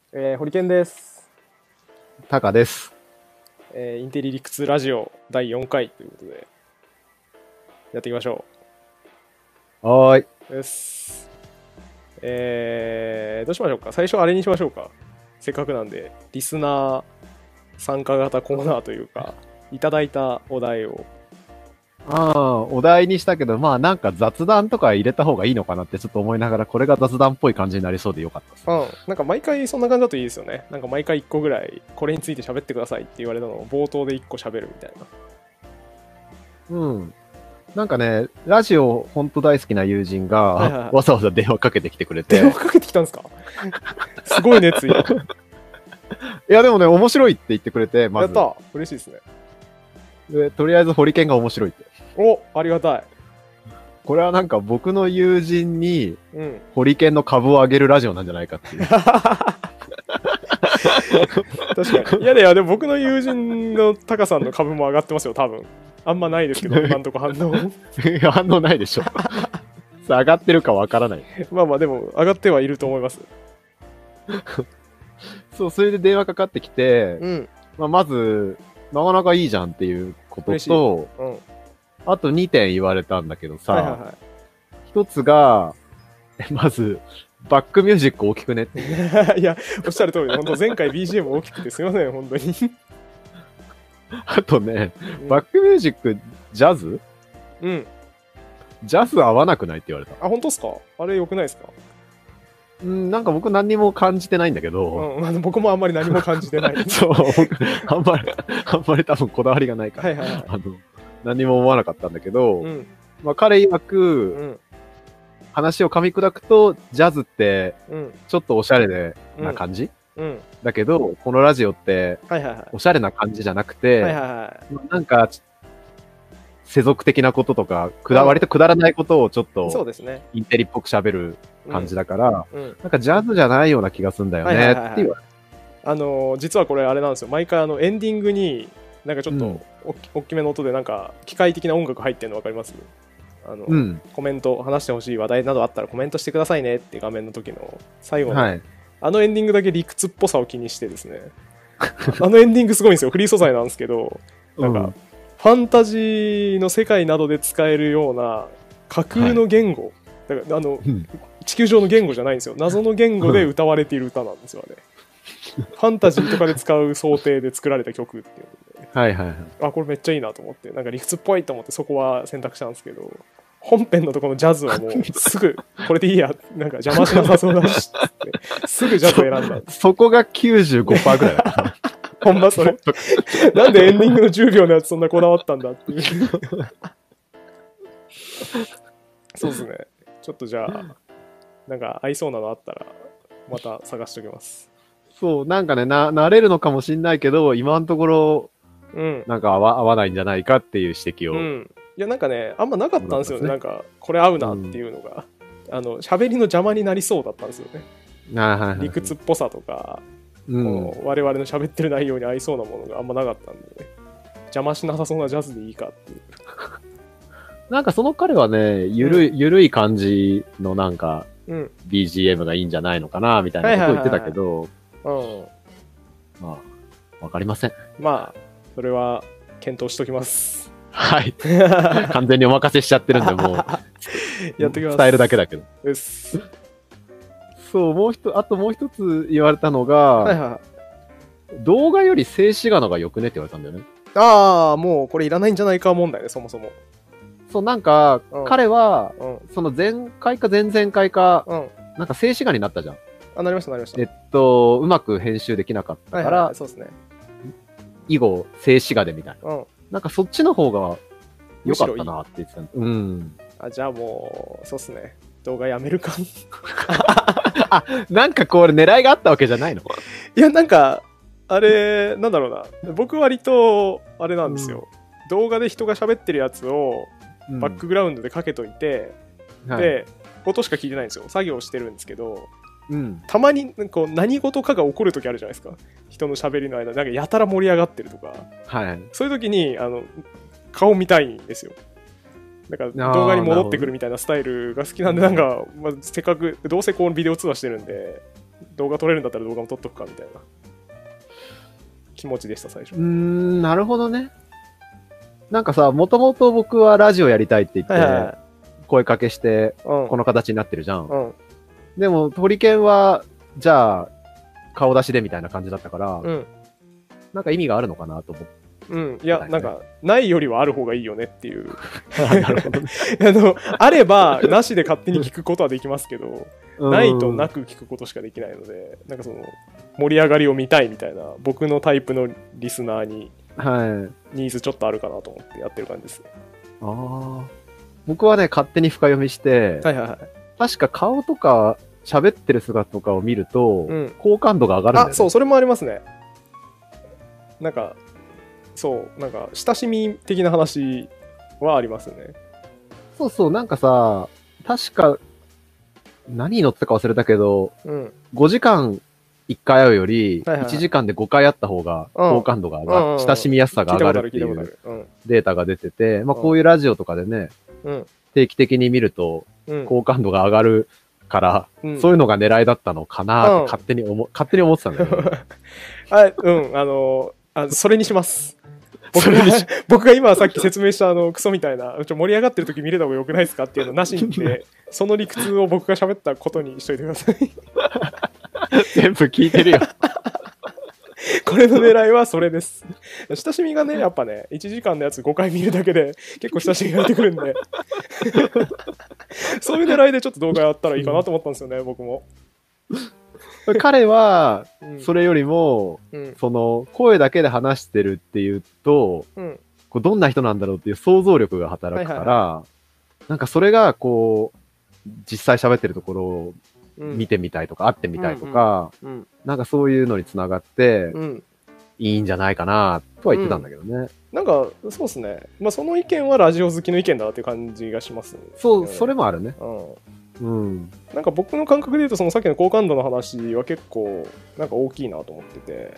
ホリケンです。 タカです。 インテリ理屈ラジオ第4回ということで、やっていきましょはーい。 う。です。どうしましょうか。最初あれにしましょうか。せっかくなんで、リスナー参加型コーナーというか、いただいたお題を。 お題にしたけど、まあなんか雑談とか入れた方がいいのかなってちょっと思いながら、これが雑談っぽい感じになりそうでよかったです。 なんか毎回そんな感じだといいですよね。なんか毎回1個ぐらい、これについて喋ってくださいって言われたのを冒頭で1個喋るみたいな。 うん。なんかね、ラジオほんと大好きな友人が、 はいはいはい、 わざわざ電話かけてきてくれて。 電話かけてきたんですか？すごい熱意。 いやでもね、面白いって言ってくれて、まず。 やった。嬉しいですね。 で、とりあえずホリケンが面白いって。 お、ありがたい。 これはなんか僕の友人に、 うん。 ホリケンの株を上げるラジオなんじゃないかっていう。 確かに。いやいや、でも僕の友人のタカさんの株も上がってますよ、多分。あんまないですけど、今んとこ反応。 反応ないでしょ。上がってるかわからない。 まあまあ、でも上がってはいると思います。 そう、それで電話かかってきて、 うん。 まず、なかなかいいじゃんっていうことと、 うん。 あと2点言われたんだけどさ、 はいはいは一つが、まず、バックミュージック大きくねって。 い。いや、おっしゃる通りで、本当前回 BGM 大きくてすいません、本当に。 あとね、バック、 クミュージック、ジャズうん。 ジャズ合わなくないって言われた。 あ、本当っすか？あれ良くないですか？ なんか僕何にも感じてないんだけど、 うん、僕もあんまり何も感じてない。 そう、僕あんまり多分こだわりがないから、 はいはいはい。 何も思わなかったんだけど、 うん。 まあ彼曰うく、 ん。 話を噛み砕くと、ジャズって、 うん。 ちょっとおしゃれな感じ、 うん。 だけど、このラジオって、 はいはいはい。 おしゃれな感じじゃなくて、 はいはいはい。 なんか、世俗的なこととか、 うん割とくだらないことをちょっと、 そうですね。 インテリっぽく喋る感じだから、 うん。 なんかジャズじゃないような気がするんだよね、って言われ実はこれあれなんですよ。毎回エンディングになんかちょっと大きめの音でなんか機械的な音楽入ってるの分かります？ うん。 コメント、話してほしい話題などあったらコメントしてくださいねって画面の時の最後の、 はい。 エンディングだけ理屈っぽさを気にしてですね。エンディングすごいんですよ。フリー素材なんですけど、なんか、ファンタジーの世界などで使えるような架空の言語、だから地球上の言語じゃないんですよ。謎の言語で歌われている歌なんですよね。ファンタジーとかで使う想定で作られた曲っていうので、 はいはいはい。 あ、これめっちゃいいなと思って、なんか理屈っぽいと思ってそこは選択したんですけど、本編のところのジャズはもうすぐこれでいいや、なんか邪魔しなさそうだしってすぐジャズを選んだ。 そこが95%ぐらいだから。 ほんまそれ。なんでエンディングの10秒のやつそんなこだわったんだっていう。そうですね。ちょっとじゃあ、なんか合いそうなのあったら、また探しておきます。 そう、なんかね、慣れるのかもしんないけど、今のところ、 うん。 なんか合わないんじゃないかっていう指摘を。 うん。いや、なんかね、あんまなかったんですよね。なんか、これ合うなっていうのが。喋りの邪魔になりそうだったんですよね。理屈っぽさとか、この我々の喋ってる内容に合いそうなものがあんまなかったんで、ね、邪魔しなさそうなジャズでいいかっていう。 なんかその彼はね、ゆるい感じのなんか、BGM がいいんじゃないのかな、みたいなことを言ってたけど、まあ、わかりません。 まあ、それは検討しときます。 はい。完全にお任せしちゃってるんで、もう、 やっときます。 伝えるだけだけど。 です。 そう、あともう一つ言われたのが、動画より静止画のが良くねって言われたんだよね。 ああ、もうこれいらないんじゃないか問題ね、そもそも。 そう、なんか、彼は、その前回か前々回か、なんか静止画になったじゃん。 あ、なりましたなりました。 うまく編集できなかったから、 そうですね。 以後、静止画でみたいな。なんかそっちの方が良かったなって言ってた。 じゃあもう、そうっすね。動画やめるか。 あ、なんかこれ狙いがあったわけじゃないの？ いや、なんか、あれ、なんだろうな。僕割と、あれなんですよ。動画で人が喋ってるやつを、バックグラウンドでかけといて、で、音しか聞いてないんですよ。作業してるんですけど、たまにこう何事かが起こるときあるじゃないですか。人の喋りの間、なんかやたら盛り上がってるとか、そういうときに顔見たいんですよ。だから動画に戻ってくるみたいなスタイルが好きなんで、なんか、せっかくどうせこうビデオ通話してるんで、 動画撮れるんだったら動画も撮っとくかみたいな気持ちでした最初。 なるほどね。なんかさ、もともと僕はラジオやりたいって言って、声かけして、この形になってるじゃん。でも、ホリケンは、じゃあ、顔出しでみたいな感じだったから、なんか意味があるのかなと思って。 いや、なんか、ないよりはある方がいいよねっていう。なるほどね。あれば、なしで勝手に聞くことはできますけど、ないとなく聞くことしかできないので、なんかその、盛り上がりを見たいみたいな、僕のタイプのリスナーに、ニーズちょっとあるかなと思ってやってる感じですね。 僕はね、勝手に深読みして、確か顔とか喋ってる姿とかを見ると、好感度が上がるんだよね。 そう、それもありますね。なんか、そう、なんか、親しみ的な話はありますね。 そうそう、なんかさ、確か、何に乗ってたか忘れたけど、5時間1回会うより、1時間で5回会った方が好感度が上がる、親しみやすさが上がるっていうデータが出てて、まあこういうラジオとかでね、定期的に見ると、好感度が上がるから、そういうのが狙いだったのかなって勝手に思ってたんだよね。 それにします。僕が今さっき説明したクソみたいな盛り上がってる時見れた方がよくないですかっていうのなしでその理屈を僕が喋ったことにしといてください。 全部聞いてるよ。 これの狙いはそれです。親しみがねやっぱね1時間のやつ5回見るだけで結構親しみが出てくるんでそういう狙いでちょっと動画やったらいいかなと思ったんですよね僕も。 彼は、それよりも、その、声だけで話してるっていうと、こうどんな人なんだろうっていう想像力が働くから、なんかそれが、こう、実際喋ってるところを見てみたいとか、会ってみたいとか、なんかそういうのにつながって、いいんじゃないかな、とは言ってたんだけどね。 なんか、そうっすね。まあその意見はラジオ好きの意見だなっていう感じがしますね。 そう、それもあるね。 なんか僕の感覚で言うとそのさっきの好感度の話は結構なんか大きいなと思ってて、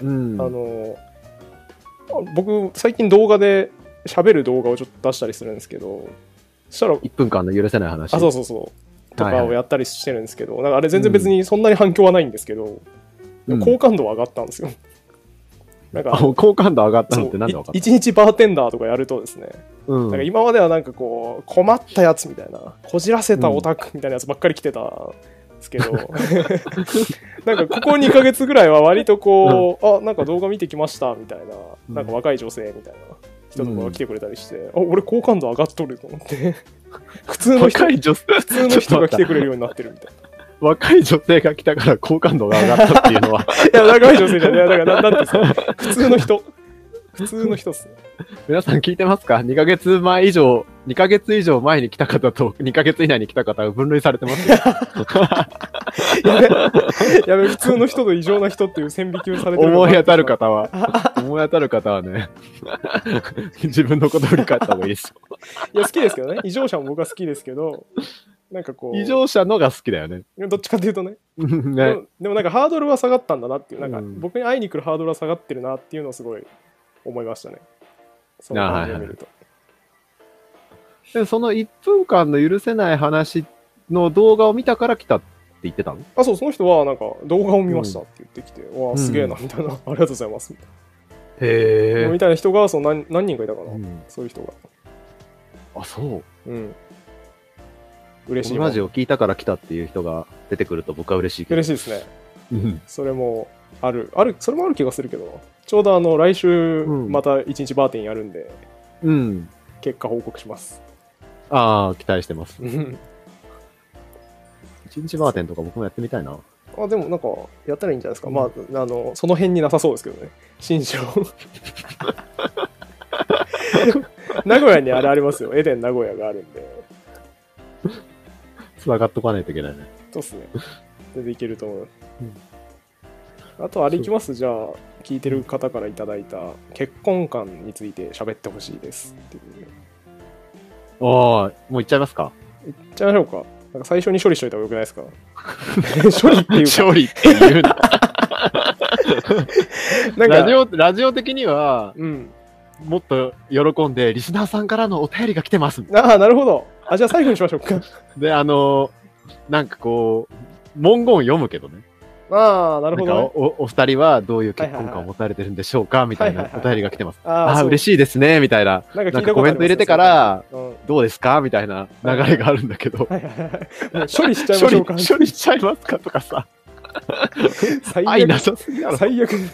僕最近動画で喋る動画をちょっと出したりするんですけど、そしたら 1分間の許せない話、 そうとかをやったりしてるんですけど、なんかあれ全然別にそんなに反響はないんですけど、好感度は上がったんですよ。 なんか好感度上がったのって何で分かった ？1日バーテンダーとかやるとですね、なんか今まではなんかこう困ったやつみたいなこじらせたオタクみたいなやつばっかり来てたんですけど、なんかここ2ヶ月ぐらいは割とこう、なんか動画見てきましたみたいな、なんか若い女性みたいな人とかが来てくれたりして、俺好感度上がっとると思って普通の人が来てくれるようになってるみたいな。 若い女性が来たから好感度が上がったっていうのは。 いや、若い女性じゃない。だからなんてさ、普通の人っすね。皆さん聞いてますか ?2 ヶ月以上前に来た方と2ヶ月以内に来た方が分類されてますよ。 やべ、普通の人と異常な人っていう線引きをされてる。 思い当たる方はね、自分のことを振り返った方がいいですよ。 いや、好きですけどね。異常者も僕は好きですけど、なんかこう異常者のが好きだよね。 どっちかっていうとね。 ねでもなんかハードルは下がったんだなっていう、なんか僕に会いに来るハードルは下がってるなっていうのをすごい思いましたね。その感じを見ると。 でその1分間の許せない話の動画を見たから来たって言ってたの？ そう、その人はなんか動画を見ましたって言ってきて、わあすげえなみたいな、ありがとうございますみたいな。 へえ。 みたいな人が何人かいたかな、そういう人が。 そう。 嬉しい。 ラジオ聞いたから来たっていう人が出てくると僕は嬉しいけど。 嬉しいですね。それもある、それもある気がするけど、ちょうど来週また1日バーテンやるんで、結果報告します。 期待してます。1日バーテンとか僕もやってみたいな。 でもなんかやったらいいんじゃないですか。まあその辺になさそうですけどね。新庄。名古屋にあれありますよ。エデン名古屋があるんで。 繋がっとかないといけないね。 そうっすね。全然いけると思う。あとあれいきます？じゃあ聞いてる方からいただいた結婚観について喋ってほしいですっていう。 もういっちゃいますか？ いっちゃいましょうか。なんか最初に処理しといた方がよくないですか？処理っていうか。 処理って言うな。なんかラジオ的には、もっと喜んでリスナーさんからのお便りが来てます。 なるほど。じゃあ最後にしましょうか。 でなんかこう文言読むけどね。 ああ、なるほど、ね、 お二人はどういう結婚観を持たれてるんでしょうかみたいなお便りが来てます。ああ、嬉しいですね、みたいな。なんかコメント入れてから、どうですかみたいな流れがあるんだけど。 処理しちゃいましょうか。 処理しちゃいますかとかさ。愛なさすぎだろ。 最悪。じ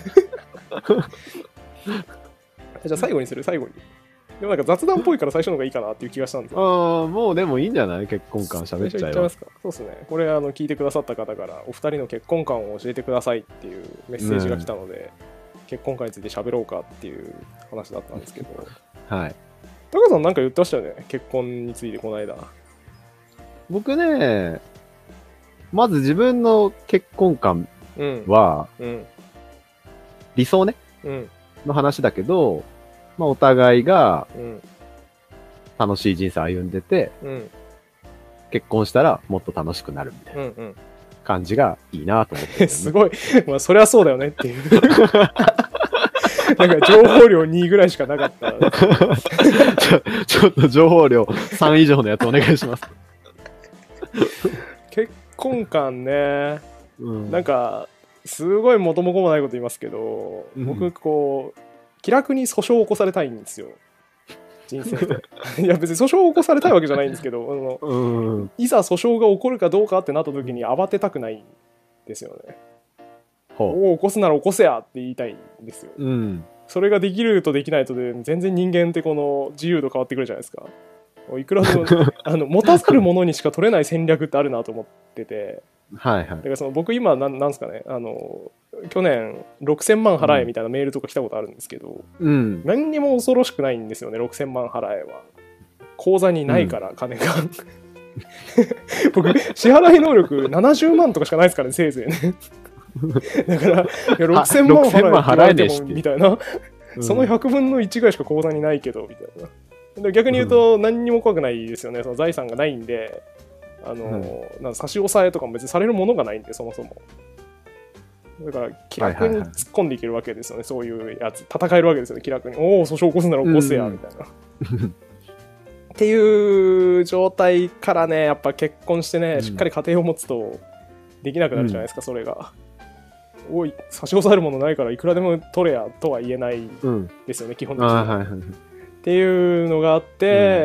ゃあ最後にする、最後に。でもなんか雑談っぽいから最初の方がいいかなっていう気がしたんですよ。 ああ、もうでもいいんじゃない？結婚観喋っちゃいますか。 そうですね。これ聞いてくださった方からお二人の結婚観を教えてくださいっていうメッセージが来たので、結婚観について喋ろうかっていう話だったんですけど。 はい。 高さんなんか言ってましたよね。結婚についてこの間。 僕ね、まず自分の結婚観は、理想ね、の話だけど、まあ、お互いが楽しい人生歩んでて、結婚したらもっと楽しくなるみたいな感じがいいなと思って、ね、 すごい、まあ、そりゃそうだよねっていうなんか情報量2ぐらいしかなかったちょっと情報量3以上のやつお願いします結婚観ね、なんかすごい元も子もないこと言いますけど、僕こう気楽に訴訟を起こされたいんですよ、人生で。いや別に訴訟を起こされたいわけじゃないんですけど、いざ訴訟が起こるかどうかってなった時に慌てたくないんですよね。起こすなら起こせやって言いたいんですよ。それができるとできないとで全然人間ってこの自由度変わってくるじゃないですか。いくらでも持たざるものにしか取れない戦略ってあるなと思ってて。だから僕今なんですかね、去年6000万払えみたいなメールとか来たことあるんですけど、何にも恐ろしくないんですよね。6000万払えは口座にないから、金が僕支払い能力70万とかしかないですからね、せいぜいねだから6000万払えてもみたいな、その100分の1ぐらいしか口座にないけどみたいな。逆に言うと何にも怖くないですよね。その財産がないんで、なん差し押さえとかも別にされるものがないんで、そもそも。だから気楽に突っ込んでいけるわけですよね。そういうやつ戦えるわけですよね、気楽に。おお、訴訟起こすなら起こせやみたいなっていう状態からね、やっぱ結婚してね、しっかり家庭を持つとできなくなるじゃないですか、それが。おい、差し押さえるものないからいくらでも取れやとは言えないですよね、基本的には。っていうのがあって、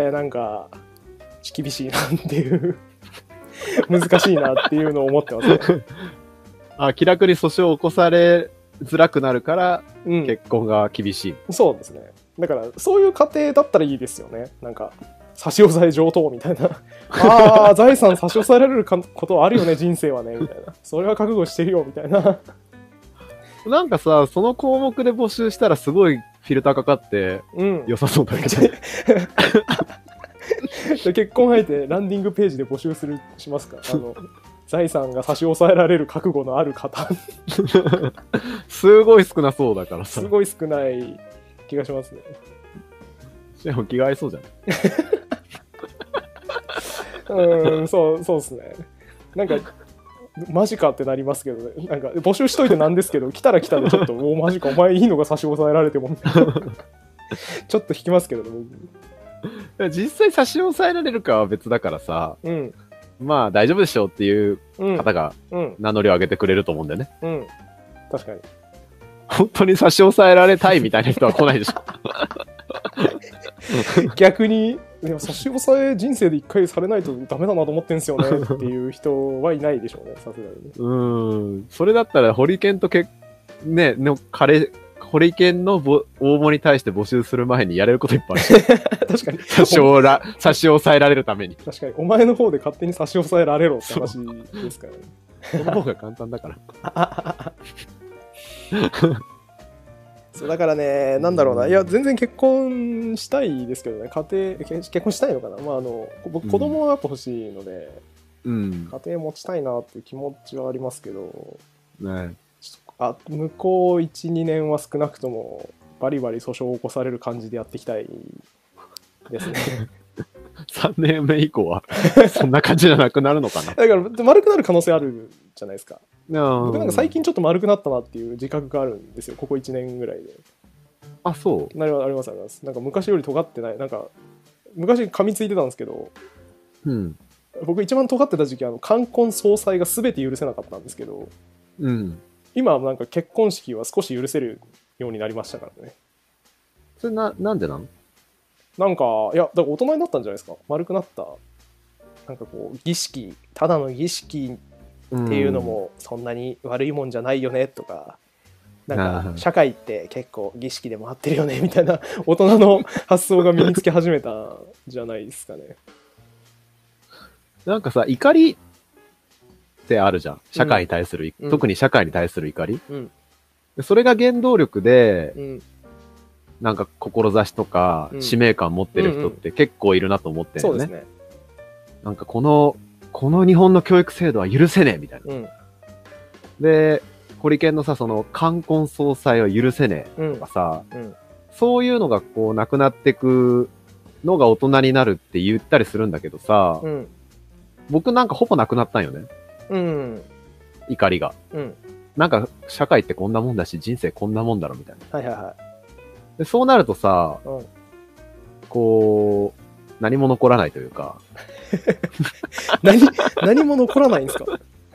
なんか厳しいなっていう難しいなっていうのを思ってますね。 気楽に訴訟を起こされづらくなるから、結婚が厳しい。 そうですね。だからそういう家庭だったらいいですよね。なんか差し押さえ上等みたいな財産差し押さえられることあるよね、人生はねみたいな。それは覚悟してるよみたいななんかさ、その項目で募集したらすごいフィルターかかって良さそうだけど、 結婚相手ランディングページで募集しますか。財産が差し押さえられる覚悟のある方すごい少なそうだからさ。 すごい少ない気がしますね。 でも気が合いそうじゃないそうですね。なんかマジかってなりますけどね。なんか募集しといてなんですけど、来たら来たでちょっとおマジかお前いいのが差し押さえられてもちょっと引きますけどね。 実際差し押さえられるかは別だからさ、まあ大丈夫でしょうっていう方が名乗りを上げてくれると思うんだよね。 確かに。 本当に差し押さえられたいみたいな人は来ないでしょ。 逆にでも差し押さえ人生で一回されないとダメだなと思ってんすよねっていう人はいないでしょうね、さすがに。それだったらホリケンとホリケンの応募に対して募集する前にやれることいっぱいある。 確かに。 差し押さえられるために。 確かに。お前の方で勝手に差し押さえられろって話ですからね。 その方が簡単だから。 そうだからね、なんだろうな。いや、全然結婚したいですけどね。結婚したいのかな。まあ、僕、子供はやっぱ欲しいので、家庭持ちたいなっていう気持ちはありますけど、向こう 1,2 年は少なくともバリバリ訴訟を起こされる感じでやっていきたいですね。 3年目以降はそんな感じじゃなくなるのかな。 だから丸くなる可能性あるじゃないですか。僕なんか最近ちょっと丸くなったなっていう自覚があるんですよ、ここ1年ぐらいで。 あ、そう。 ありますあります。なんか昔より尖ってない。なんか昔噛みついてたんですけど、僕一番尖ってた時期冠婚葬祭が全て許せなかったんですけど、 うん。 今はなんか結婚式は少し許せるようになりましたからね。 それなんでなの？ なんか、いや、だから大人になったんじゃないですか。丸くなった。なんかこう、儀式、ただの儀式っていうのもそんなに悪いもんじゃないよねとか、なんか社会って結構儀式で回ってるよねみたいな大人の発想が身につき始めたんじゃないですかね。 なんかさ、怒りってあるじゃん。社会に対する、特に社会に対する怒り。それが原動力で、なんか志とか使命感持ってる人って結構いるなと思ってるよね。そうですね。なんかこの日本の教育制度は許せねえみたいな。で、ホリケンのさ、その冠婚葬祭は許せねえとかさ、そういうのがこうなくなってくのが大人になるって言ったりするんだけどさ、僕なんかほぼなくなったんよね。怒りが。なんか社会ってこんなもんだし、人生こんなもんだろみたいな。でそうなるとさ、こう、何も残らないというか。 何も残らないんですか？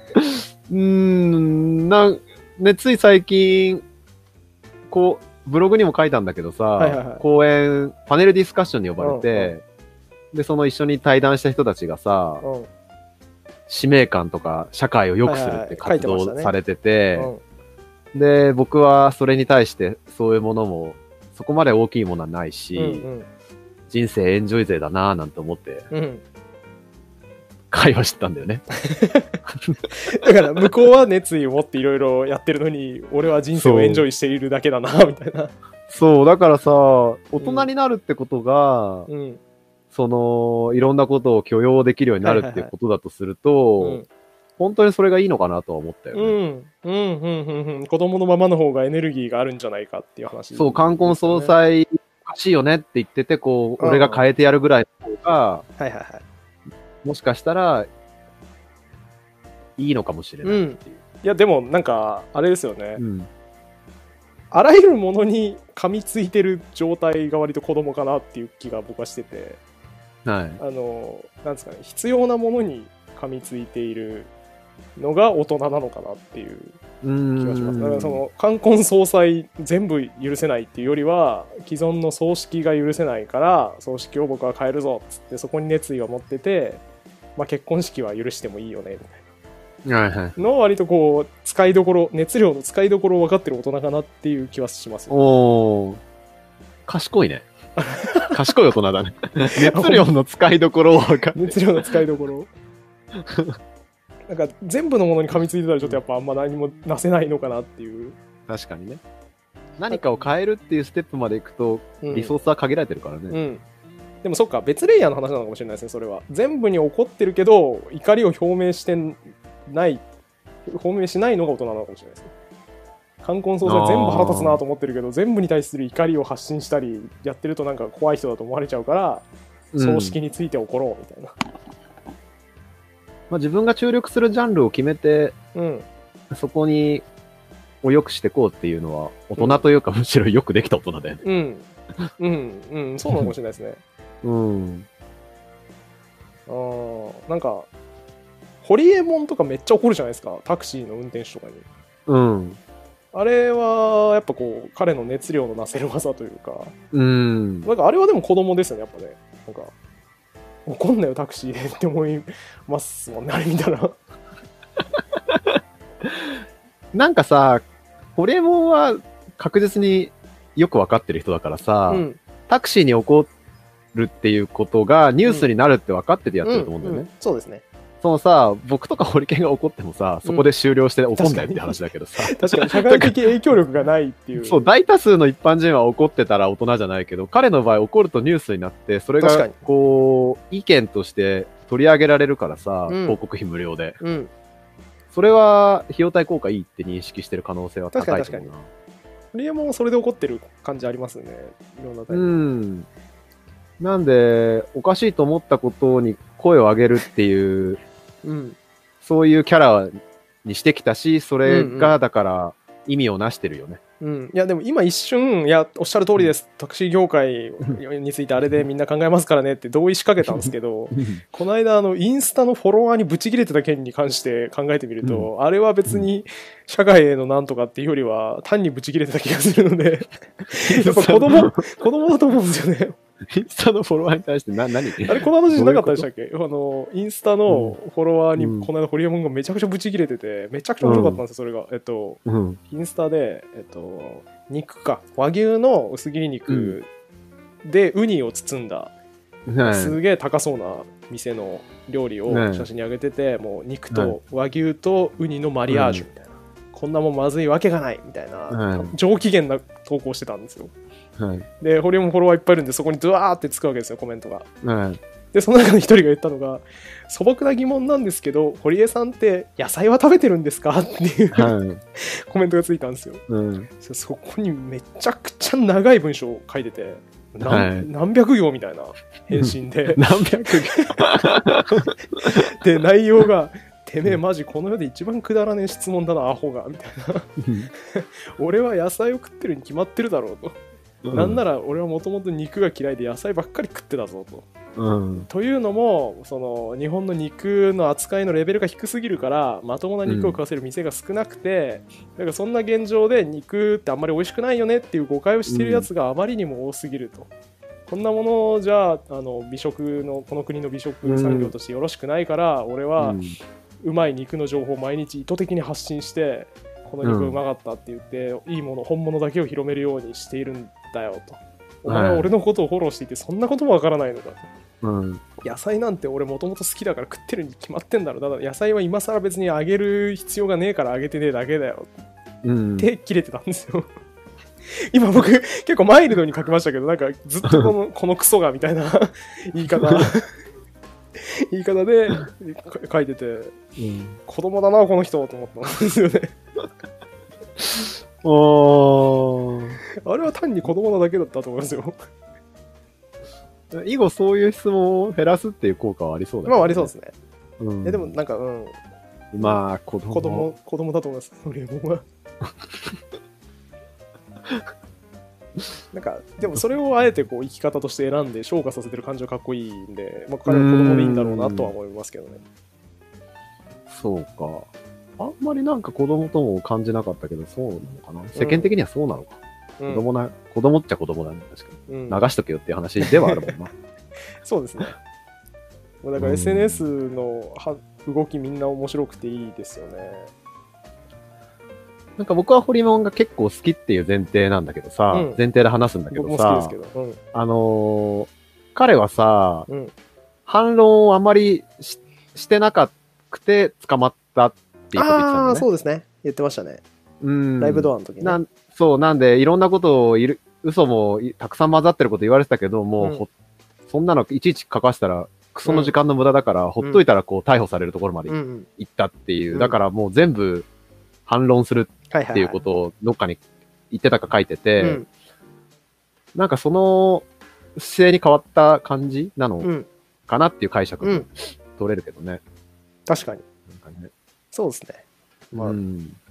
つい最近、こう、ブログにも書いたんだけどさ、講演、パネルディスカッションに呼ばれて、で、その一緒に対談した人たちがさ、使命感とか社会を良くするって活動されてて、で、僕はそれに対してそういうものも、そこまで大きいものはないし、人生エンジョイ勢だなぁなんて思って、会話してたんだよね。 だから向こうは熱意を持っていろいろやってるのに、俺は人生をエンジョイしているだけだなみたいな。 そう、だからさ、大人になるってことが、その、いろんなことを許容できるようになるってことだとすると、本当にそれがいいのかなとは思ったよね。 子供のままの方がエネルギーがあるんじゃないかっていう話、ね。 そう、冠婚葬祭おかしいよねって言ってて、こう、俺が変えてやるぐらいの方が、もしかしたら、いいのかもしれないっていう。 いや、でもなんか、あれですよね。あらゆるものに噛みついてる状態が割と子供かなっていう気が僕はしてて、なんですかね、必要なものに噛みついているのが大人なのかなっていう気がします。だからその冠婚葬祭全部許せないっていうよりは、既存の葬式が許せないから葬式を僕は変えるぞっつってそこに熱意を持ってて、まあ、結婚式は許してもいいよねみたいなの割とこう使いどころ、熱量の使いどころを分かってる大人かなっていう気はしますよ、ね。 おー、賢いね。賢い大人だね。熱量の使いどころを分かって。 熱量の使いどころ。なんか全部のものに噛みついてたらちょっとやっぱあんま何もなせないのかなっていう。 確かにね。何かを変えるっていうステップまでいくと、リソースは限られてるからね。 でもそっか、別レイヤーの話なのかもしれないですね、それは。全部に怒ってるけど、怒りを表明しないのが大人なのかもしれないですね。冠婚葬祭全部腹立つなと思ってるけど、全部に対する怒りを発信したりやってるとなんか怖い人だと思われちゃうから、葬式について怒ろうみたいな。 まあ、自分が注力するジャンルを決めて、そこにを良くしていこうっていうのは大人というか、むしろよくできた大人だよね。 そうなのかもしれないですね。なんかホリエモンとかめっちゃ怒るじゃないですか、タクシーの運転手とかに。あれはやっぱこう彼の熱量のなせる技というか、なんかあれはでも子供ですよね、やっぱね。なんか怒んなよタクシーでって思いますもんね、あれ見たら。 なんかさ、ホリエモンは確実によくわかってる人だからさ、タクシーに怒るっていうことがニュースになるって分かっててやってると思うんだよね。 そうですね。 そのさ、僕とかホリケンが怒ってもさ、そこで終了して怒んないって話だけどさ。 確かに社会的影響力がないっていう。 そう、大多数の一般人は怒ってたら大人じゃないけど、彼の場合怒るとニュースになって、それがこう、意見として取り上げられるからさ、広告費無料で。それは費用対効果いいって認識してる可能性は高いと思うな。確かに。 ホリエモンはそれで怒ってる感じありますね。いろんなタイプ。 なんで、おかしいと思ったことに声を上げるっていう、そういうキャラにしてきたし、それが、だから、 意味をなしてるよね。 うん、いやでも今一瞬、いやおっしゃる通りです、タクシー業界についてあれでみんな考えますからねって同意しかけたんですけどこの間インスタのフォロワーにブチ切れてた件に関して考えてみると、あれは別に社会へのなんとかっていうよりは単にブチ切れてた気がするのでやっぱ子供だと思うんですよね。 インスタのフォロワーに対して何あれこの話じゃなかったでしたっけ？インスタのフォロワーにこの間ホリエモンがめちゃくちゃブチ切れてて、めちゃくちゃ面白かったんですよ、それが。インスタで、肉か和牛の薄切り肉でウニを包んだ、すげえ高そうな店の料理を写真に上げてて、もう肉と和牛とウニのマリアージュみたいな、こんなもんまずいわけがないみたいな、上機嫌な投稿してたんですよ。でホリエモンフォロワーいっぱいいるんで、そこにドワーってつくわけですよ、コメントが。でその中の一人が言ったのが、素朴な疑問なんですけど堀江さんって野菜は食べてるんですかっていう、コメントがついたんですよ。そこにめちゃくちゃ長い文章を書いてて、何百行みたいな返信で何百行で内容が、てめえマジこの世で一番くだらねえ質問だなアホがみたいな俺は野菜を食ってるに決まってるだろうと、なんなら俺はもともと肉が嫌いで野菜ばっかり食ってたぞと、というのもその日本の肉の扱いのレベルが低すぎるからまともな肉を食わせる店が少なくて、だからそんな現状で肉ってあんまり美味しくないよねっていう誤解をしているやつがあまりにも多すぎると、こんなものじゃ美食のこの国の美食産業としてよろしくないから、俺はうまい肉の情報を毎日意図的に発信してこの肉うまかったって言って、いいもの本物だけを広めるようにしているんだよと、お前は俺のことをフォローしていてそんなこともわからないのかと、野菜なんて俺もともと好きだから食ってるに決まってんだろ、だから野菜は今更別にあげる必要がねえからあげてねえだけだよって切れてたんですよ今僕結構マイルドに書きましたけど、なんかずっとこのクソがみたいな言い方で書いてて、子供だなこの人と思ったんですよねあれは単に子供なだけだったと思いますよ以後そういう質問を減らすっていう効果はありそうだね。 まあありそうですね。でもなんかまあ子供だと思います。ホリエモンはなんかでもそれをあえてこう生き方として選んで昇華させてる感じはかっこいいんで、まあ、彼は子供でいいんだろうなとは思いますけどね。 そうか。あんまりなんか子供とも感じなかったけど、そうなのかな。世間的にはそうなのか。子供っちゃ子供だね、確かに。流しとけよっていう話ではあるもんな。 そうですね。だから SNS の動きみんな面白くていいですよね。 なんか僕はホリエモンが結構好きっていう前提なんだけどさ、前提で話すんだけどさ、彼はさ、反論をあまりしてなくて捕まったっていうこと言ってたんだね。 そうですね。言ってましたね。ライブドアの時に、ね。 なんでいろんなことを嘘もたくさん混ざってること言われてたけど、もう、そんなのいちいち書かせたらクソの時間の無駄だから、ほっといたらこう逮捕されるところまで行ったっていう。だからもう全部反論するっていうことをどっかに言ってたか書いてて、なんかその姿勢に変わった感じなのかなっていう解釈も取れるけどね。 確かに。なんかね、そうですね。まあ、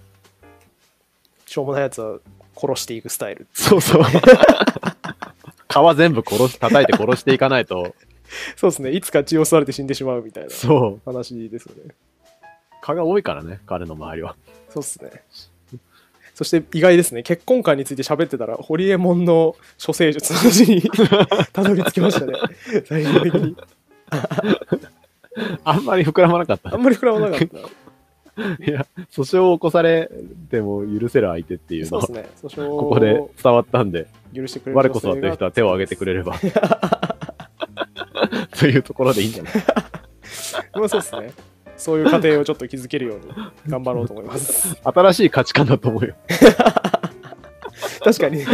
しょうもないやつは殺していくスタイル。 そうそう。皮全部叩いて殺していかないと。 そうですね。いつか血を吸われて死んでしまうみたいな話ですよね。 蚊が多いからね、彼の周りは。 そうですね。そして意外ですね、結婚観について喋ってたらホリエモンの処世術の話にたどり着きましたね、最終的にあんまり膨らまなかった。 あんまり膨らまなかった。 いや、訴訟を起こされても許せる相手っていうのは、 そうですね、訴訟ここで伝わったんで、 許してくれる我こそはという人は手を挙げてくれればというところでいいんじゃないまあそうですね。そういう過程をちょっと築けるように頑張ろうと思います。 新しい価値観だと思うよ。 確かに。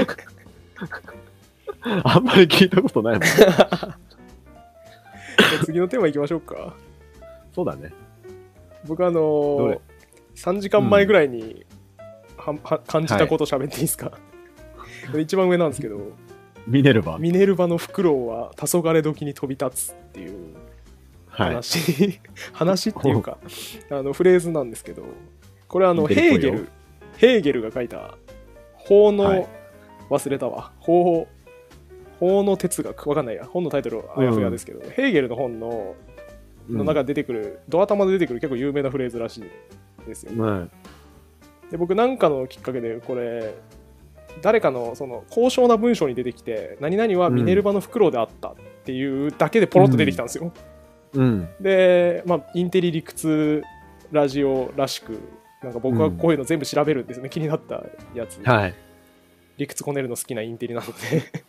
あんまり聞いたことないもん。 次のテーマいきましょうか。 そうだね。 僕3時間前ぐらいに、感じたこと喋っていいですか、一番上なんですけど、ミネルヴァのフクロウは黄昏時に飛び立つっていう話っていうかフレーズなんですけど、これヘーゲルヘーゲルが書いた法の、はい、忘れたわ、法の哲学、わかんないや、本のタイトルはあやふやですけど、ヘーゲルの本の中で出てくる、ドア玉で出てくる結構有名なフレーズらしいんですよ、ね。で僕なんかのきっかけでこれ誰かのその高尚な文章に出てきて、何々はミネルヴァのフクロウであったっていうだけでポロッと出てきたんですよ。で、まあ、インテリ理屈ラジオらしく、なんか僕はこういうの全部調べるんですね、気になったやつ。はい。理屈こねるの好きなインテリなので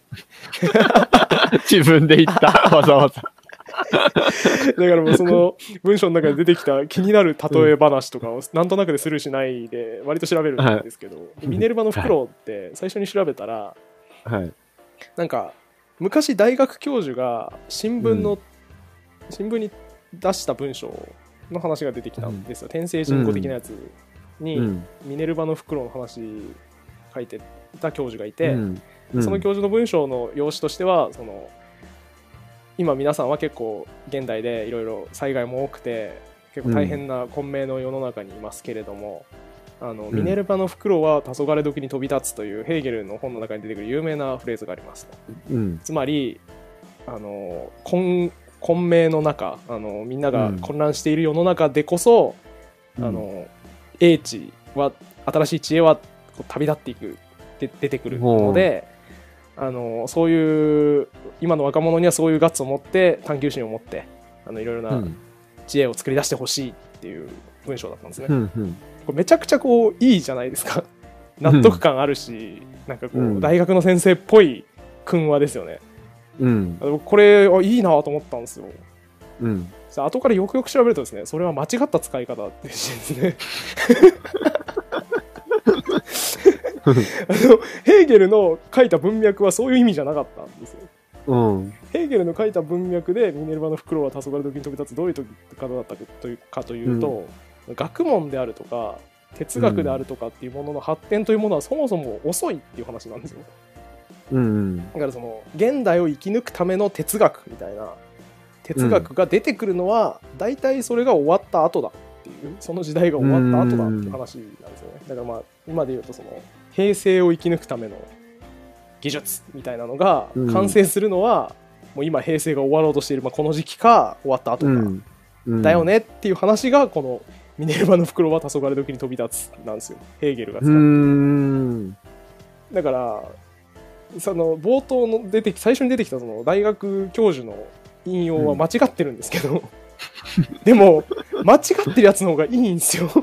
自分で言ったわざわざだからもうその文章の中で出てきた気になる例え話とかをなんとなくでスルーしないで割と調べるんですけど、はい、ミネルヴァのフクロウって最初に調べたら、はい、なんか昔大学教授が新聞に出した文章の話が出てきたんですよ、天聖人語的なやつに、ミネルヴァのフクロウの話書いてた教授がいて、その教授の文章の用紙としてはその今皆さんは結構現代でいろいろ災害も多くて結構大変な混迷の世の中にいますけれども、ミネルヴァのフクロウは黄昏時に飛び立つというヘーゲルの本の中に出てくる有名なフレーズがありますと、つまり混迷の中みんなが混乱している世の中でこそ、英知は新しい知恵は旅立っていくで出てくるので、そういう今の若者にはそういうガッツを持って探求心を持っていろいろな知恵を作り出してほしいっていう文章だったんですね、これめちゃくちゃこういいじゃないですか納得感あるし、なんかこう、大学の先生っぽい訓話ですよね、これいいなと思ったんですよ、後からよくよく調べるとですね、それは間違った使い方ですねヘーゲルの書いた文脈はそういう意味じゃなかったんですよ、ヘーゲルの書いた文脈でミネルヴァのフクロウは黄昏時に飛び立つどういう方だったかというと、学問であるとか哲学であるとかっていうものの発展というものはそもそも遅いっていう話なんですよ、だからその現代を生き抜くための哲学みたいな哲学が出てくるのは大体それが終わった後だっていう、その時代が終わった後だっていう話なんですよね。だからまあ今で言うとその平成を生き抜くための技術みたいなのが完成するのは、もう今平成が終わろうとしている、この時期か終わった後か、だよねっていう話がこのミネルヴァのフクロウは黄昏時に飛び立つなんですよ、ヘーゲルが使ってだからその冒頭の最初に出てきたその大学教授の引用は間違ってるんですけど、でも間違ってるやつの方がいいんですよ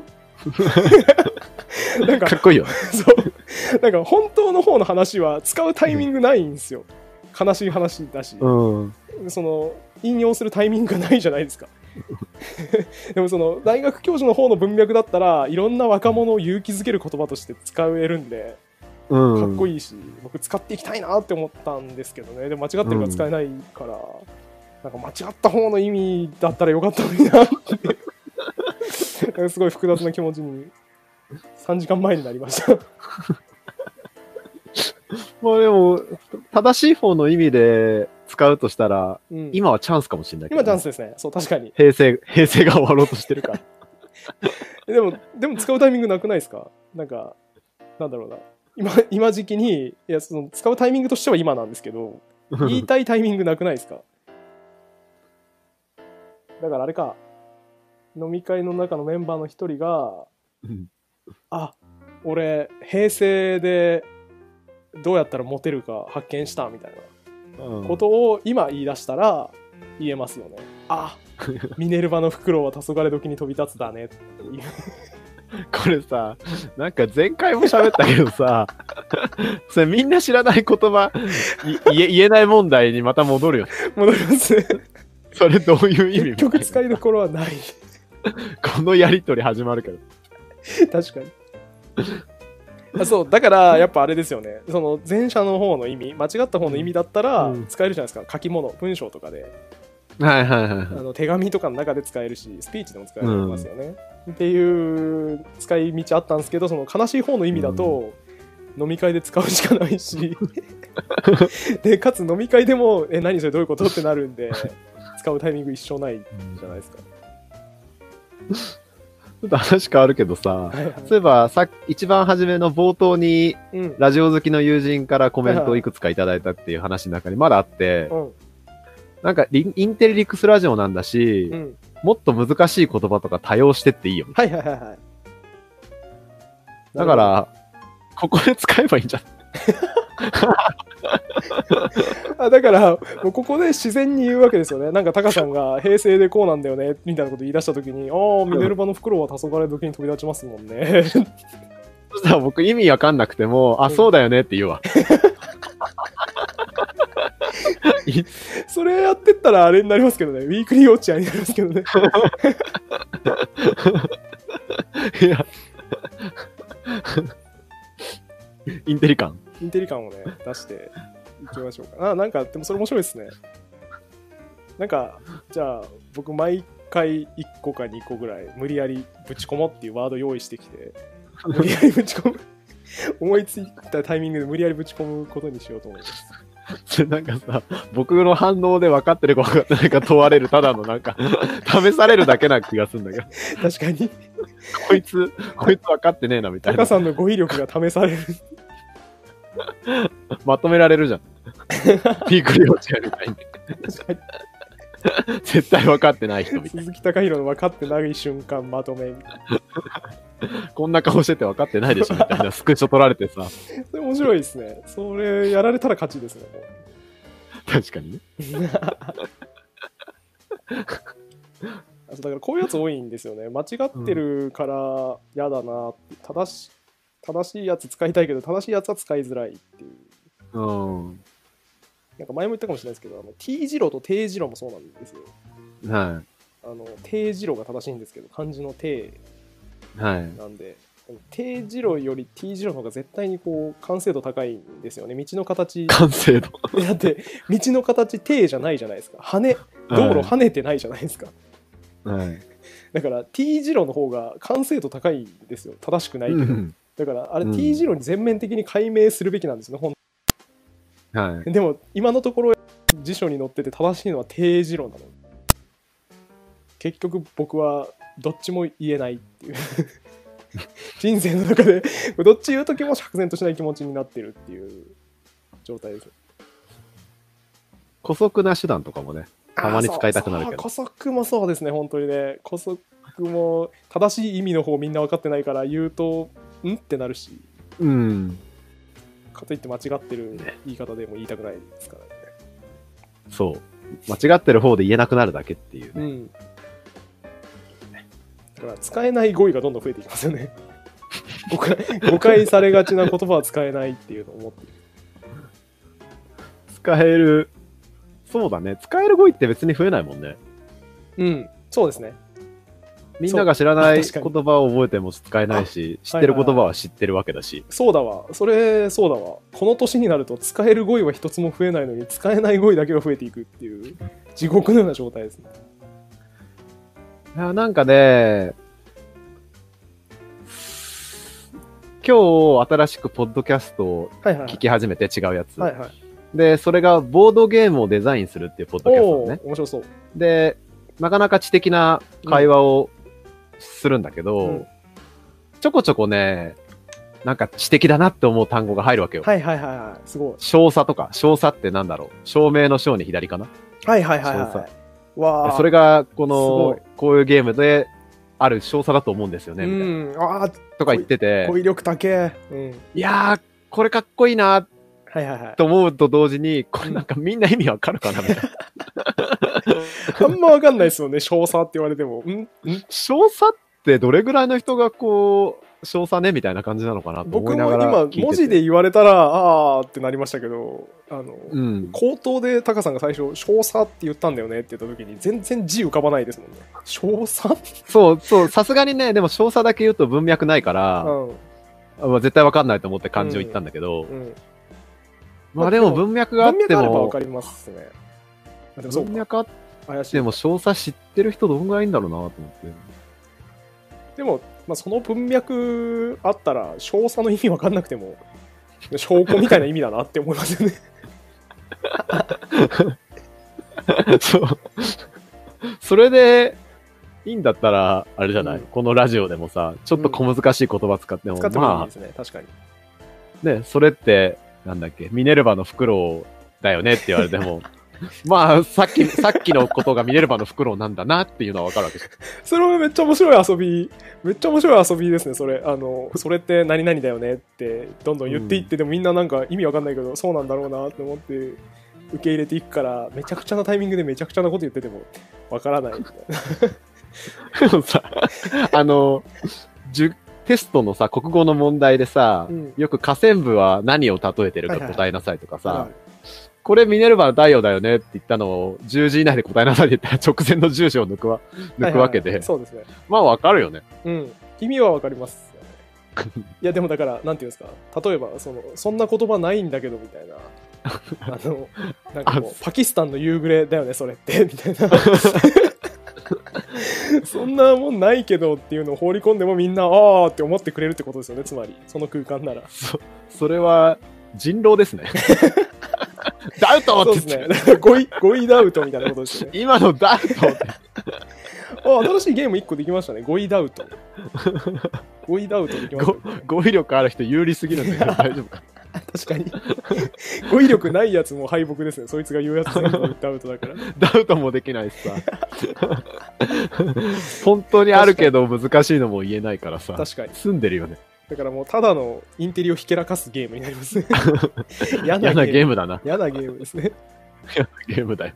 なんかかっこいいよそうなんか本当の方の話は使うタイミングないんですよ、悲しい話だし、その引用するタイミングがないじゃないですかでもその大学教授の方の文脈だったらいろんな若者を勇気づける言葉として使えるんで、かっこいいし僕使っていきたいなって思ったんですけどね。でも間違ってるから使えないから、なんか間違った方の意味だったらよかったのになってすごい複雑な気持ちに3時間前になりましたまあでも正しい方の意味で使うとしたら、今はチャンスかもしれないけど、 今チャンスですね。そう確かに平成が終わろうとしてるからでも使うタイミングなくないですか？なんかなんだろうな、今時期にいやその使うタイミングとしては今なんですけど言いたいタイミングなくないですか？だからあれか、飲み会の中のメンバーの一人があ、俺平成でどうやったらモテるか発見したみたいなことを今言い出したら言えますよね。あ、ミネルヴァのフクロウは黄昏時に飛び立つだねっていうこれさ、なんか前回も喋ったけどさそれみんな知らない言葉言えない問題にまた戻るよ。 戻りますねそれどういう意味？ 結局使いどころはないこのやりとり始まるけど確かにそうだからやっぱあれですよね、その前者の方の意味、間違った方の意味だったら使えるじゃないですか、書き物文章とかで、手紙とかの中で使えるしスピーチでも使えますよね、っていう使い道あったんですけど、その悲しい方の意味だと、飲み会で使うしかないしでかつ飲み会でも何それどういうことってなるんで使うタイミング一緒ないじゃないですか。 ちょっと話変わるけどさ、 はいはい、 そういえば一番初めの冒頭に、ラジオ好きの友人からコメントをいくつかいただいたっていう話の中にまだあって、なんかインテリリックスラジオなんだし、もっと難しい言葉とか多用してっていいよ。 はいはいはいはい。 だから、ここで使えばいいんじゃん。 だから、もうここで自然に言うわけですよね。なんかタカさんが平成でこうなんだよね、みたいなこと言い出したときに、ミネルヴァのフクロウは黄昏時に飛び立ちますもんね。 そしたら僕意味わかんなくても、そうだよねって言うわ。 それやってったらあれになりますけどね。ウィークリーウォッチャーになりますけどね。 いや。インテリ感をね、出していきましょうか。なんか、でもそれ面白いですね。なんか、じゃあ、僕毎回1個か2個ぐらい、無理やりぶち込もうっていうワード用意してきて、無理やりぶち込む。思いついたタイミングで無理やりぶち込むことにしようと思います。 なんかさ、僕の反応で分かってるか分かってないか問われる、ただのなんか、試されるだけな気がするんだけど。 確かに。 こいつ分かってねえな、みたいな。 タカさんの語彙力が試される。 まとめられるじゃん。ピークリウォッチャーみたいに。確かに。絶対分かってない人みたいな。 鈴木貴弘の分かってない瞬間まとめみたいな。こんな顔してて分かってないでしょみたいなスクショ取られてさ。 それ面白いですね。それやられたら勝ちですね。 確かにね。 だからこういうやつ多いんですよね。間違ってるから嫌だな。正しいやつ使いたいけど正しいやつは使いづらいっていう。なんか前も言ったかもしれないですけど、T 字路と定字路もそうなんですよ。 はい。 定字路が正しいんですけど、漢字の定なんで、 はい、 定字路より T 字路の方が絶対にこう完成度高いんですよね。道の形。 完成度だって道の形定じゃないじゃないですか。道路跳ねてないじゃないですか。 はい。 だから T 字路の方が完成度高いんですよ。正しくないけど。だからあれ T 字路に全面的に解明するべきなんですね。 はい、 でも今のところ辞書に載ってて正しいのは定字路なの。結局僕はどっちも言えないっていう人生の中でどっち言う時も釈然としない気持ちになってるっていう状態です。 姑息な手段とかもね、たまに使いたくなるけど。 姑息もそうですね、本当にね。姑息も正しい意味の方みんな分かってないから言うとんってなるし、かといって間違ってる言い方でも言いたくないですからね。 そう、間違ってる方で言えなくなるだけっていうね。 だから使えない語彙がどんどん増えていきますよね。誤解されがちな言葉は使えないっていうのを思ってる。 使える、そうだね、使える語彙って別に増えないもんね。 そうですね。 みんなが知らない言葉を覚えても使えないし、知ってる言葉は知ってるわけだし。 そうだわ。そうだわ。この年になると使える語彙は一つも増えないのに、使えない語彙だけが増えていくっていう、地獄のような状態ですね。 いや、なんかね、今日新しくポッドキャストを聞き始めて、違うやつ。で、それがボードゲームをデザインするっていうポッドキャストね。 面白そう。 で、なかなか知的な会話をするんだけど、ちょこちょこね、なんか知的だなって思う単語が入るわけよ。 すごい。 照差とか、照差ってなんだろう。照明の照に左かな。 わそれが、こういうゲームである照差だと思うんですよね、みたいな。とか言ってて。 語彙力高え。 いやー、これかっこいいなと思うと同時に、これなんかみんな意味わかるかなみたいな。 あんまわかんないですよね、照差って言われても。 照差ってどれぐらいの人がこう、照差ねみたいな感じなのかなと思いながら聞いてて。 僕も今、文字で言われたら、ってなりましたけど、口頭でタカさんが最初、照差って言ったんだよねって言った時に、全然字浮かばないですもんね。照差そう、さすがにね、でも照差だけ言うと文脈ないから、絶対わかんないと思って漢字を言ったんだけど、まあでも文脈があっても、 わかりますね。 文脈あっても、照差知ってる人どんぐらいいんだろうなと思って。 でも、その文脈あったら、照差の意味わかんなくても、証拠みたいな意味だなって思いますよね。 そう。それで、 いいんだったら、あれじゃない、このラジオでもさ、ちょっと小難しい言葉使っても、 使ってもいいですね、確かに。 ね、それって、なんだっけ、ミネルヴァのフクロウだよねって言われても、まあ、さっきのことがミネルヴァのフクロウなんだなっていうのはわかるわけです。 それはめっちゃ面白い遊び、めっちゃ面白い遊びですね、それ。それって何々だよねって、どんどん言っていって、でもみんななんか意味わかんないけど、そうなんだろうなって思って、受け入れていくから、めちゃくちゃなタイミングでめちゃくちゃなこと言ってても、わからないみたいな。 でもさ、テストのさ、国語の問題でさ、よく下線部は何を例えてるか答えなさいとかさ、これミネルヴァの太陽だよねって言ったのを10時以内で答えなさいって言ったら直前の10時を抜くわけで。 そうですね。 まあわかるよね。 うん。意味はわかります。いやでもだから、なんていうんですか、例えばそんな言葉ないんだけどみたいな。なんかこう、パキスタンの夕暮れだよね、それって、みたいな。そんなもんないけどっていうのを放り込んでもみんな、あーって思ってくれるってことですよね、つまり。その空間なら。 それは、人狼ですね。ダウトって言って。 そうですね。語彙ダウトみたいなことですよね。 今のダウトって。 新しいゲーム1個できましたね。語彙ダウト。語彙ダウトできました、ね。 語彙力ある人有利すぎるんだけど大丈夫か。 確かに。語彙力ないやつも敗北ですね。そいつが言うやつ全部ダウトだから。 ダウトもできないしさ。本当にあるけど難しいのも言えないからさ。 確かに。 住んでるよね。 だからもうただのインテリをひけらかすゲームになりますね。 嫌なゲームだな。 嫌なゲームですね。 嫌なゲームだよ。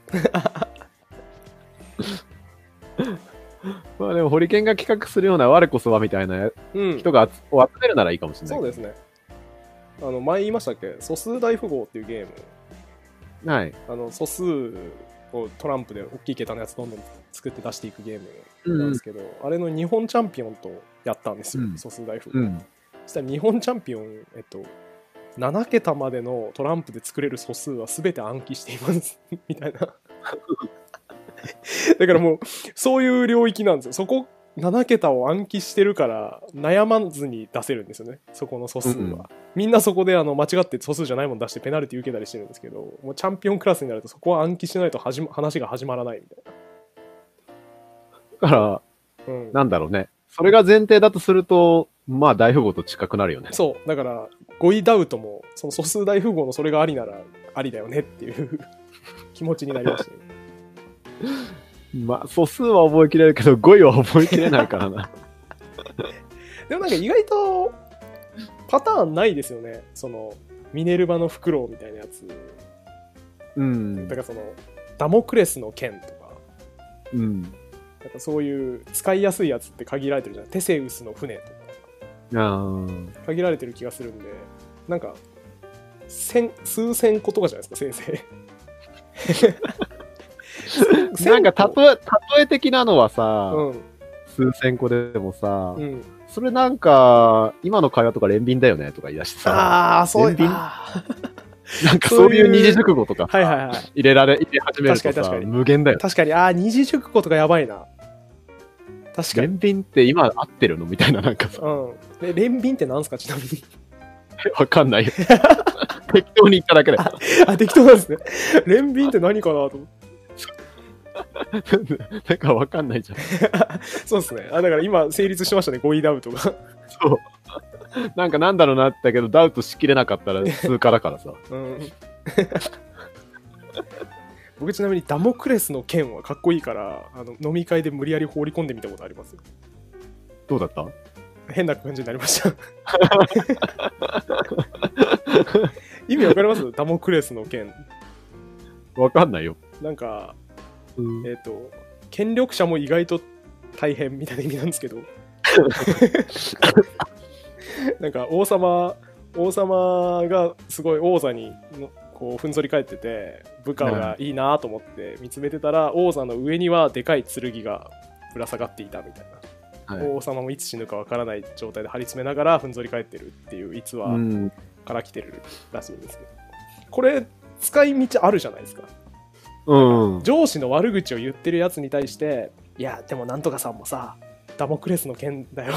まあでも、ホリケンが企画するような我こそはみたいな人がを集めるならいいかもしれない。 そうですね。前言いましたっけ、素数大富豪っていうゲーム。はい。 素数をトランプで大きい桁のやつどんどん作って出していくゲームなんですけど、あれの日本チャンピオンとやったんですよ、素数大富豪。そしたら日本チャンピオン、7桁までのトランプで作れる素数は全て暗記していますみたいな。だからもうそういう領域なんですよ。そこ7桁を暗記してるから悩まずに出せるんですよね、そこの素数は。みんなそこで間違って素数じゃないもの出してペナルティ受けたりしてるんですけど、もうチャンピオンクラスになるとそこは暗記しないと話が始まらないみたいな。だから、なんだろうね。それが前提だとすると、まあ大富豪と近くなるよね。 そう。だから語彙ダウトもその素数大富豪のそれがありならありだよねっていう気持ちになりましたね。 まあ素数は覚えきれるけど語彙は覚えきれないからな。 でもなんか意外とパターンないですよね。ミネルヴァのフクロウみたいなやつ。だからダモクレスの剣とか。なんかそういう使いやすいやつって限られてるじゃない。テセウスの船とか。限られてる気がするんで、なんか数千個とかじゃないですか、先生。なんか例え的なのはさ、数千個でもさ、それなんか今の会話とか連便だよねとか言い出してさ、 そういうなんかそういう二次熟語とか入れ始めるとさ、無限だよ。 確かに、二次熟語とかやばいな。確かに。 連便って今合ってるのみたいな、なんかさ。 連便ってなんすか、ちなみに。 わかんないよ。適当に言っただけだよ。 適当なんですね。連便って何かなと思って。 なんかわかんないじゃん。 そうですね。だから今成立しましたね、語彙ダウトが。そう。 なんかなんだろうなって言ったけど、ダウトしきれなかったら通過だからさ。 僕ちなみにダモクレスの剣はかっこいいから、飲み会で無理やり放り込んでみたことありますよ。 どうだった？ 変な感じになりました。意味わかります？ダモクレスの剣。 わかんないよ。 なんか、権力者も意外と大変みたいな意味なんですけど。なんか王様がすごい王座にこうふんぞり返ってて、部下がいいなと思って見つめてたら、王座の上にはでかい剣がぶら下がっていたみたいな、王様もいつ死ぬかわからない状態で張り詰めながらふんぞり返ってるっていう逸話から来てるらしいんですけど、これ使い道あるじゃないですか。上司の悪口を言ってるやつに対して、いやでもなんとかさんもさダモクレスの剣だよ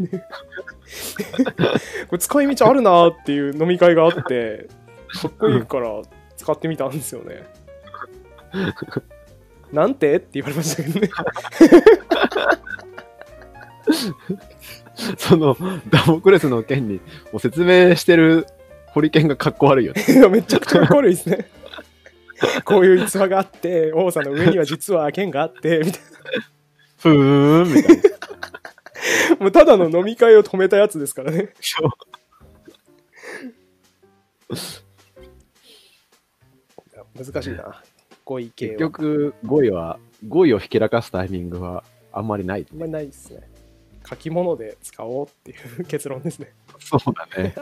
これ使い道あるなっていう飲み会があって、かっこいいから使ってみたんですよね。 なんてって言われましたけどね。 その、ダモクレスの剣にもう説明してるホリケンがかっこ悪いよね。 めちゃくちゃかっこ悪いですね。こういう逸話があって、王さんの上には実は剣があって、みたいな。 ふーん、みたいな。 もうただの飲み会を止めたやつですからね。難しいな。語彙系は。 結局、語彙をひけらかすタイミングはあんまりない。 あんまりないですね。書き物で使おうっていう結論ですね。 そうだね。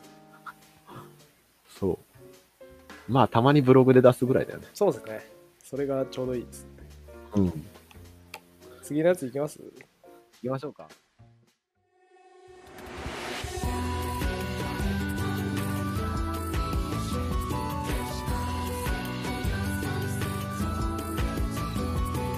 そう。まあ、たまにブログで出すぐらいだよね。 そうですね。それがちょうどいいです。 うん。 次のやついきます？ 行きましょうか。